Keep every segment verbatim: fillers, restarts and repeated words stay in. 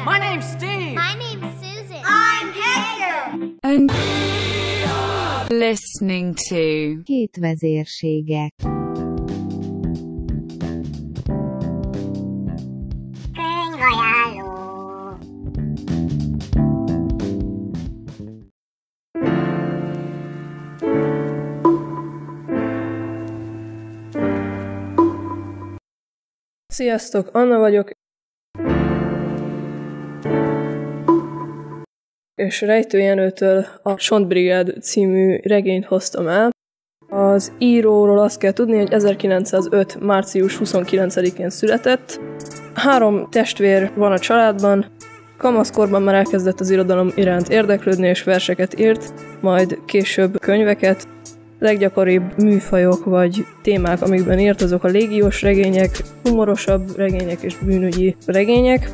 My name's Steve. My name's Susan. I'm Hector. And listening to Két vezérségek. Könyvajánló. Sziasztok, Anna vagyok, és Rejtő Jenőtől a Csontbrigád című regényt hoztam el. Az íróról azt kell tudni, hogy ezerkilencszázöt. március huszonkilencedikén született. Három testvér van a családban. Kamaszkorban már elkezdett az irodalom iránt érdeklődni, és verseket írt, majd később könyveket. Leggyakoribb műfajok vagy témák, amikben írt, azok a légiós regények, humorosabb regények és bűnügyi regények.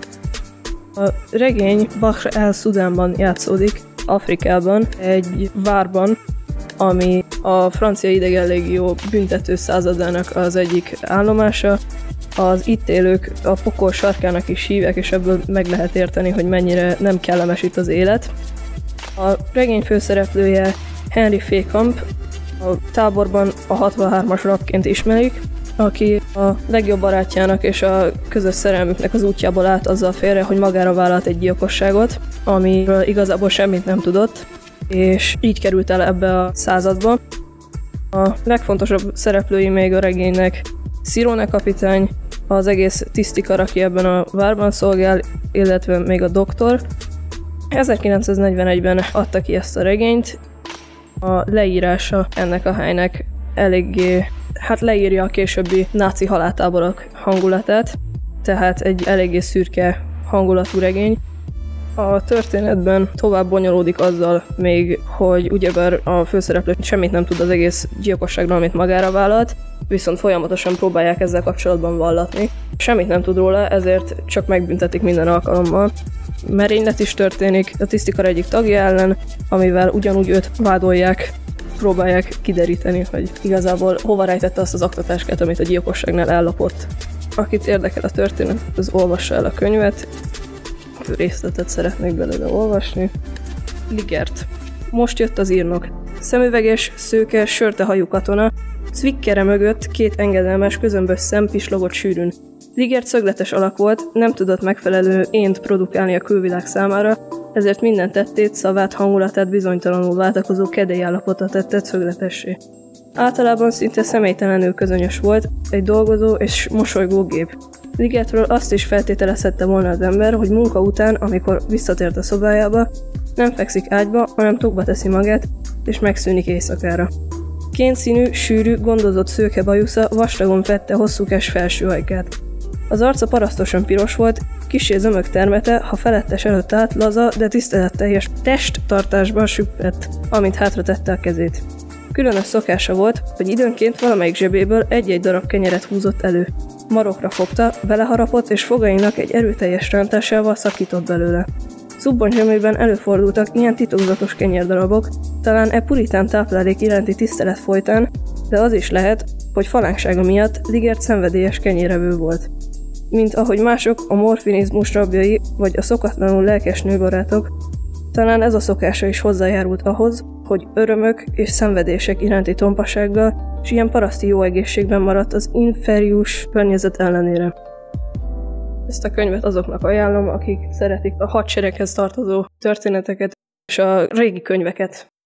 A regény Bahr el-Szudánban játszódik, Afrikában, egy várban, ami a francia idegenlégió büntető századának az egyik állomása. Az itt élők a pokol sarkának is hívják, és ebből meg lehet érteni, hogy mennyire nem kellemes itt az élet. A regény főszereplője Henry Fékamp, a táborban a hatvanhármas rabként ismerik, aki a legjobb barátjának és a közös szerelmüknek az útjából állt azzal félre, hogy magára vállalt egy gyilkosságot, amiről igazából semmit nem tudott, és így került el ebbe a századba. A legfontosabb szereplői még a regénynek Szirone kapitány, az egész tisztikar, aki ebben a várban szolgál, illetve még a doktor. ezerkilencszáznegyvenegyben adta ki ezt a regényt. A leírása ennek a helynek eléggé, hát leírja a későbbi náci haláltáborok hangulatát, tehát egy eléggé szürke hangulatú regény. A történetben tovább bonyolódik azzal még, hogy ugyebár a főszereplő semmit nem tud az egész gyilkosságról, amit magára vállalt, viszont folyamatosan próbálják ezzel kapcsolatban vallatni. Semmit nem tud róla, ezért csak megbüntetik minden alkalommal. Merénylet is történik a tisztikar egyik tagja ellen, amivel ugyanúgy őt vádolják, próbálják kideríteni, hogy igazából hova rejtette azt az aktatáskát, amit a gyilkosságnál ellopott. Akit érdekel a történet, az olvassa el a könyvet. Részletet szeretnék belőle olvasni. Ligert. Most jött az írnok. Szemüveges, szőke, sörte hajú katona, Zwickere mögött két engedelmes, közömbös szem pislogott sűrűn. Ligert szögletes alak volt, nem tudott megfelelő ént produkálni a külvilág számára, ezért minden tettét, szavát, hangulatát bizonytalanul váltakozó kedély állapota tette szögletessé. Általában szinte személytelenül közönyös volt, egy dolgozó és mosolygó gép. Ligertről azt is feltételezhette volna az ember, hogy munka után, amikor visszatért a szobájába, nem fekszik ágyba, hanem tokba teszi magát, és megszűnik éjszakára. Kénszínű, sűrű, gondozott szőke bajusza vastagon fedte hosszúkás felső ajkát. Az arca parasztosan piros volt, kissé zömök termete, ha felettes előtt állt, laza, de tiszteletteljes testtartásban süppett, amint hátra tette a kezét. Különös szokása volt, hogy időnként valamelyik zsebéből egy-egy darab kenyeret húzott elő. Marokra fogta, beleharapott, és fogainak egy erőteljes rántásával szakított belőle. Szubbony zsömében előfordultak ilyen titokzatos kenyérdarabok, talán e puritán táplálék iránti tisztelet folytán, de az is lehet, hogy falánksága miatt Ligert szenvedélyes kenyérevő volt. Mint ahogy mások a morfinizmus rabjai, vagy a szokatlanul lelkes nőbarátok, talán ez a szokása is hozzájárult ahhoz, hogy örömök és szenvedések iránti tompasággal és ilyen paraszti jó egészségben maradt az inferius környezet ellenére. Ezt a könyvet azoknak ajánlom, akik szeretik a hadsereghez tartozó történeteket és a régi könyveket.